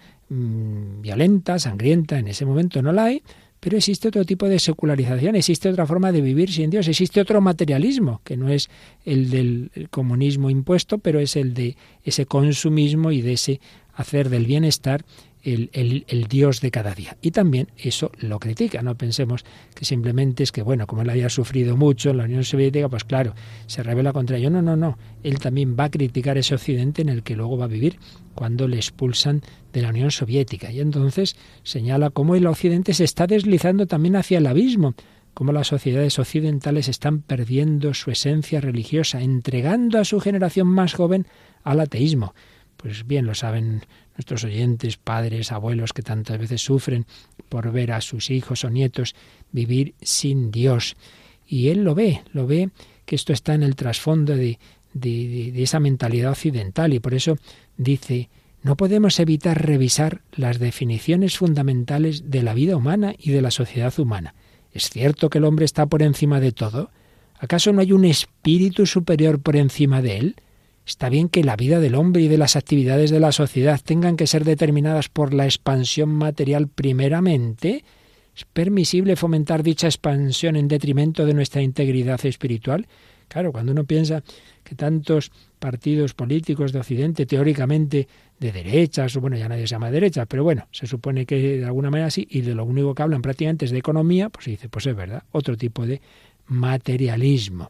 violenta, sangrienta, en ese momento no la hay, pero existe otro tipo de secularización, existe otra forma de vivir sin Dios, existe otro materialismo, que no es el del comunismo impuesto, pero es el de ese consumismo y de ese hacer del bienestar el Dios de cada día. Y también eso lo critica. No pensemos que simplemente es que, bueno, como él había sufrido mucho en la Unión Soviética, pues claro, se rebela contra ello. No. Él también va a criticar ese Occidente en el que luego va a vivir cuando le expulsan de la Unión Soviética. Y entonces señala cómo el Occidente se está deslizando también hacia el abismo, cómo las sociedades occidentales están perdiendo su esencia religiosa, entregando a su generación más joven al ateísmo. Pues bien lo saben nuestros oyentes, padres, abuelos, que tantas veces sufren por ver a sus hijos o nietos vivir sin Dios. Y él lo ve que esto está en el trasfondo de esa mentalidad occidental, y por eso dice: no podemos evitar revisar las definiciones fundamentales de la vida humana y de la sociedad humana. ¿Es cierto que el hombre está por encima de todo? ¿Acaso no hay un espíritu superior por encima de él? ¿Está bien que la vida del hombre y de las actividades de la sociedad tengan que ser determinadas por la expansión material primeramente? ¿Es permisible fomentar dicha expansión en detrimento de nuestra integridad espiritual? Claro, cuando uno piensa que tantos partidos políticos de Occidente, teóricamente de derechas, o bueno, ya nadie se llama de derecha, pero bueno, se supone que de alguna manera sí, y de lo único que hablan prácticamente es de economía, pues se dice, pues es verdad, otro tipo de materialismo.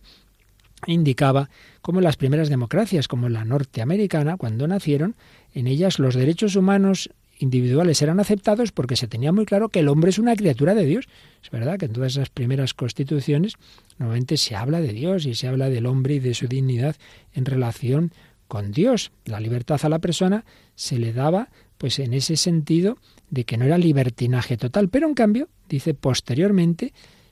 Indicaba cómo las primeras democracias, como la norteamericana, cuando nacieron, en ellas los derechos humanos individuales eran aceptados porque se tenía muy claro que el hombre es una criatura de Dios. Es verdad que en todas esas primeras constituciones normalmente se habla de Dios y se habla del hombre y de su dignidad en relación con Dios. La libertad a la persona se le daba pues en ese sentido de que no era libertinaje total, pero en cambio, dice posteriormente,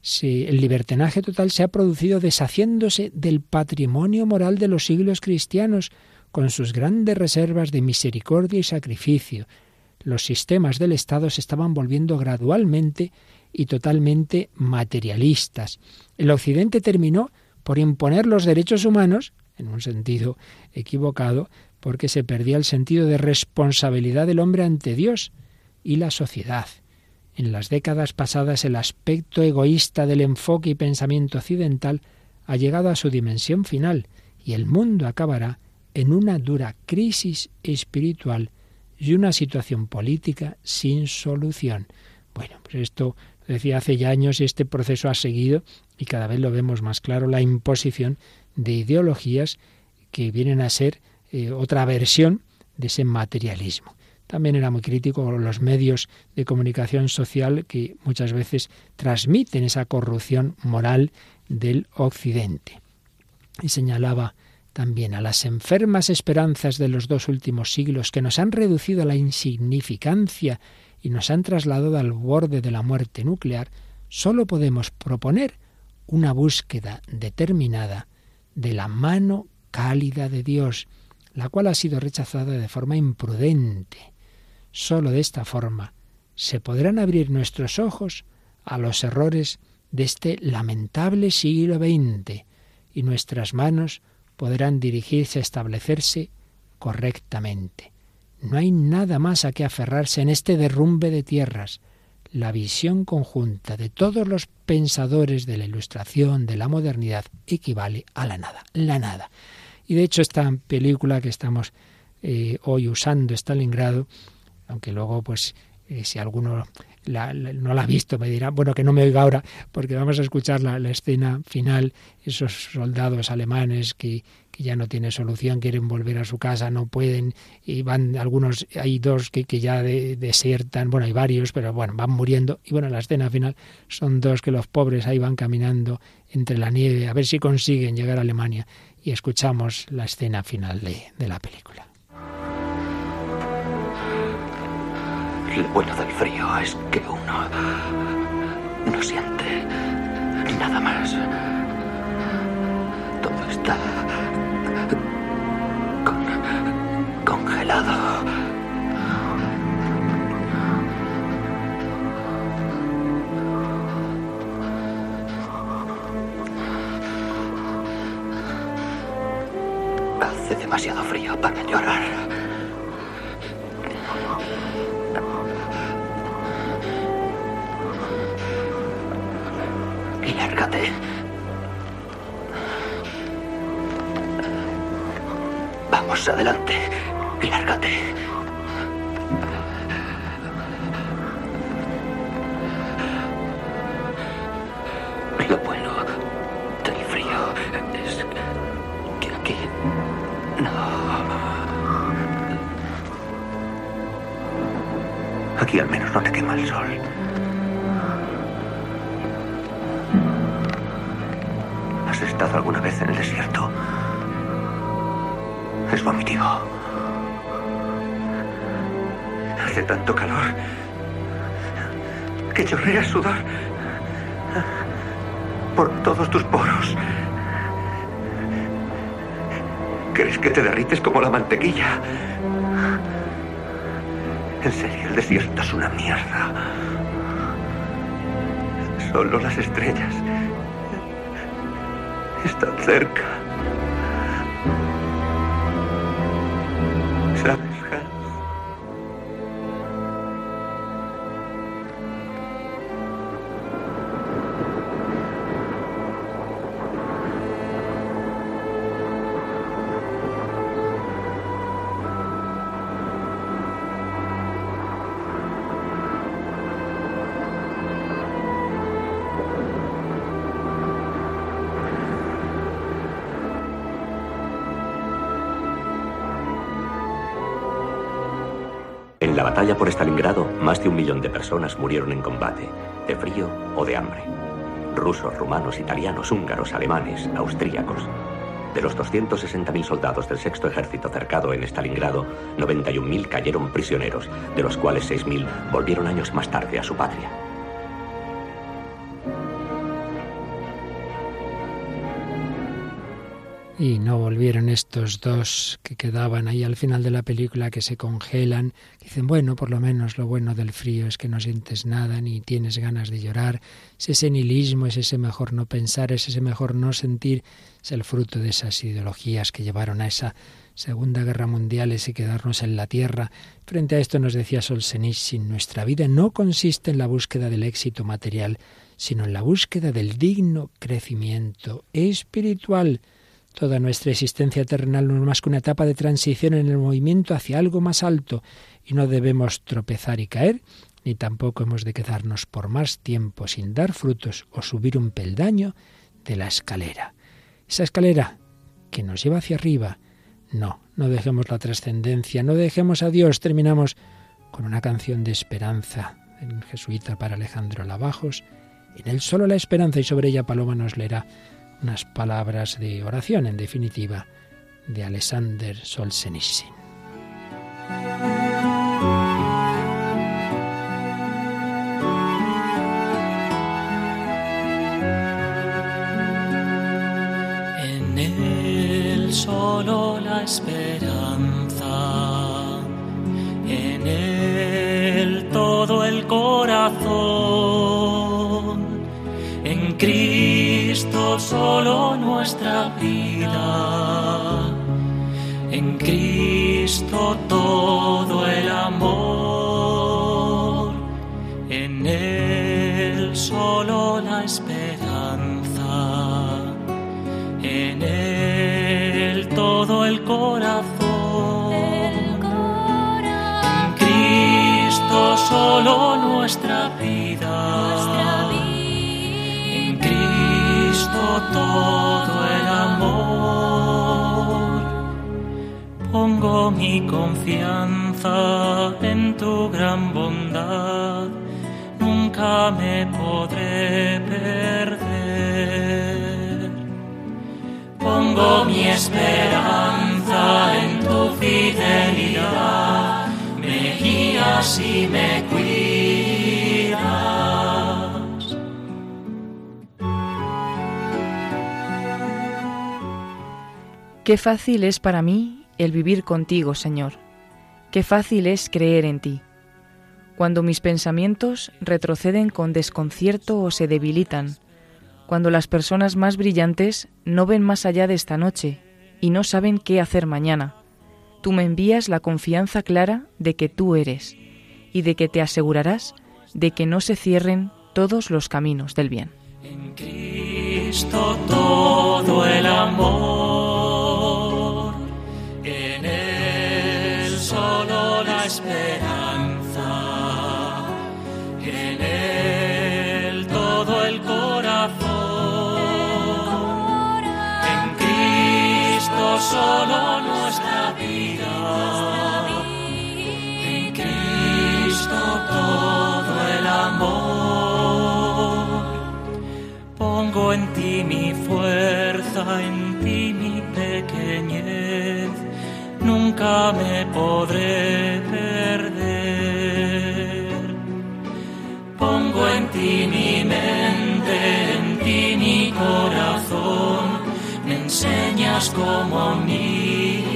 el libertinaje total se ha producido deshaciéndose del patrimonio moral de los siglos cristianos, con sus grandes reservas de misericordia y sacrificio. Los sistemas del Estado se estaban volviendo gradualmente y totalmente materialistas. El Occidente terminó por imponer los derechos humanos, en un sentido equivocado, porque se perdía el sentido de responsabilidad del hombre ante Dios y la sociedad. En las décadas pasadas el aspecto egoísta del enfoque y pensamiento occidental ha llegado a su dimensión final y el mundo acabará en una dura crisis espiritual y una situación política sin solución. Bueno, pues esto lo decía hace ya años y este proceso ha seguido y cada vez lo vemos más claro, la imposición de ideologías que vienen a ser otra versión de ese materialismo. También era muy crítico con los medios de comunicación social que muchas veces transmiten esa corrupción moral del Occidente. Y señalaba también a las enfermas esperanzas de los 2 últimos siglos que nos han reducido a la insignificancia y nos han trasladado al borde de la muerte nuclear, solo podemos proponer una búsqueda determinada de la mano cálida de Dios, la cual ha sido rechazada de forma imprudente. Solo de esta forma se podrán abrir nuestros ojos a los errores de este lamentable siglo XX y nuestras manos podrán dirigirse a establecerse correctamente. No hay nada más a que aferrarse en este derrumbe de tierras. La visión conjunta de todos los pensadores de la Ilustración, de la modernidad, equivale a la nada, la nada. Y de hecho esta película que estamos hoy usando, Stalingrado, aunque luego pues si alguno no la ha visto me dirá, bueno, que no me oiga ahora, porque vamos a escuchar la escena final, esos soldados alemanes que ya no tienen solución, quieren volver a su casa, no pueden, y van algunos, hay 2 que ya desertan, bueno, hay varios, pero bueno, van muriendo, y bueno, la escena final son 2 que los pobres ahí van caminando entre la nieve, a ver si consiguen llegar a Alemania, y escuchamos la escena final de la película. Lo bueno del frío es que uno no siente nada más. Todo está congelado. Hace demasiado frío para llorar. Lárgate. Vamos adelante. Lárgate. Lo bueno del frío es que aquí no. Aquí al menos no te quema el sol. ¿Has estado alguna vez en el desierto? Es vomitivo. Hace tanto calor que chorrea sudor por todos tus poros. ¿Crees que te derrites como la mantequilla? En serio, el desierto es una mierda. Solo las estrellas están cerca. ¿Sabes, Hans? En la batalla por Stalingrado, más de 1 millón de personas murieron en combate, de frío o de hambre. Rusos, rumanos, italianos, húngaros, alemanes, austríacos. De los 260.000 soldados del Sexto Ejército cercado en Stalingrado, 91.000 cayeron prisioneros, de los cuales 6.000 volvieron años más tarde a su patria. Y no volvieron estos dos que quedaban ahí al final de la película, que se congelan, que dicen, bueno, por lo menos lo bueno del frío es que no sientes nada ni tienes ganas de llorar. Es ese nihilismo, es ese mejor no pensar, es ese mejor no sentir. Es el fruto de esas ideologías que llevaron a esa Segunda Guerra Mundial, ese quedarnos en la tierra. Frente a esto nos decía Solzhenitsyn, nuestra vida no consiste en la búsqueda del éxito material, sino en la búsqueda del digno crecimiento espiritual. Toda nuestra existencia terrenal no es más que una etapa de transición en el movimiento hacia algo más alto, y no debemos tropezar y caer, ni tampoco hemos de quedarnos por más tiempo sin dar frutos o subir un peldaño de la escalera. Esa escalera que nos lleva hacia arriba. No dejemos la trascendencia, no dejemos a Dios. Terminamos con una canción de esperanza en jesuita para Alejandro Lavajos. En él solo la esperanza, y sobre ella Paloma nos leerá unas palabras de oración, en definitiva, de Alexander Solzhenitsyn. En él solo la esperanza, en él todo el corazón, en Cristo solo nuestra vida, en Cristo todo el amor, en él solo la esperanza, en él todo el corazón, en Cristo solo nuestra vida, en Cristo todo el amor. Pongo mi confianza en tu gran bondad, nunca me podré perder. Pongo mi esperanza en tu fidelidad, me guías y me cuidas. Qué fácil es para mí el vivir contigo, Señor. Qué fácil es creer en ti. Cuando mis pensamientos retroceden con desconcierto o se debilitan, cuando las personas más brillantes no ven más allá de esta noche y no saben qué hacer mañana, tú me envías la confianza clara de que tú eres y de que te asegurarás de que no se cierren todos los caminos del bien. En Cristo todo el amor, en él solo la esperanza, en él todo el corazón, en Cristo solo nuestra vida, en Cristo todo el amor. Pongo en ti mi fuerza, en ti mi pequeñez, nunca me podré perder. Pongo en ti mi mente, en ti mi corazón, me enseñas como a un niño.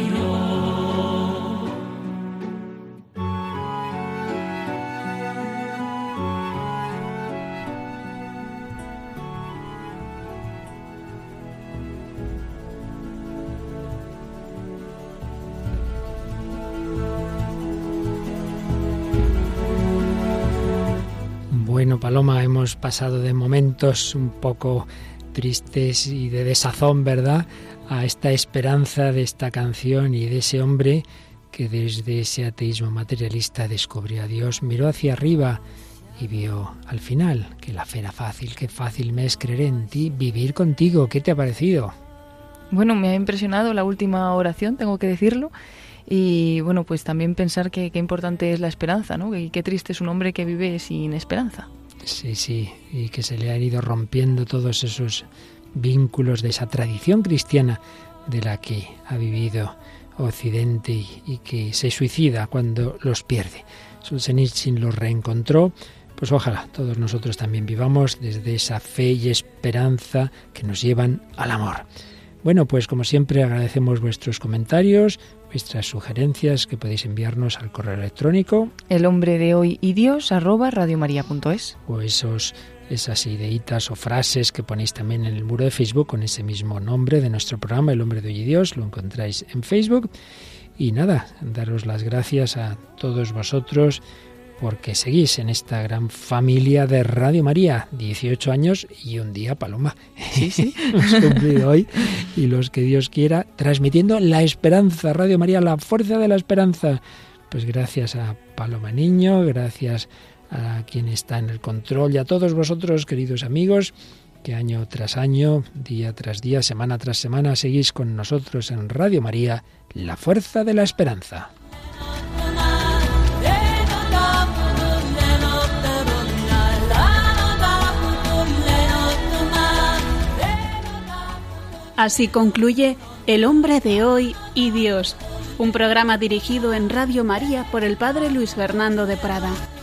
Bueno, Paloma, hemos pasado de momentos un poco tristes y de desazón, ¿verdad?, a esta esperanza de esta canción y de ese hombre que desde ese ateísmo materialista descubrió a Dios, miró hacia arriba y vio al final que la fe era fácil, que fácil me es creer en ti, vivir contigo. ¿Qué te ha parecido? Bueno, me ha impresionado la última oración, tengo que decirlo. Y bueno, pues también pensar qué importante es la esperanza, ¿no? Y qué triste es un hombre que vive sin esperanza. Sí, y que se le han ido rompiendo todos esos vínculos de esa tradición cristiana de la que ha vivido Occidente y que se suicida cuando los pierde. Solzhenitsyn los reencontró. Pues ojalá todos nosotros también vivamos desde esa fe y esperanza que nos llevan al amor. Bueno, pues como siempre agradecemos vuestros comentarios, vuestras sugerencias que podéis enviarnos al correo electrónico. El hombre de hoy y Dios @radiomaria.es. O esas ideitas o frases que ponéis también en el muro de Facebook con ese mismo nombre de nuestro programa, El hombre de hoy y Dios, lo encontráis en Facebook. Y nada, daros las gracias a todos vosotros porque seguís en esta gran familia de Radio María. 18 años y un día, Paloma. Sí. Hemos cumplido hoy, y los que Dios quiera, transmitiendo la esperanza, Radio María, la fuerza de la esperanza. Pues gracias a Paloma Niño, gracias a quien está en el control y a todos vosotros, queridos amigos, que año tras año, día tras día, semana tras semana, seguís con nosotros en Radio María, la fuerza de la esperanza. Así concluye El hombre de hoy y Dios, un programa dirigido en Radio María por el Padre Luis Fernando de Prada.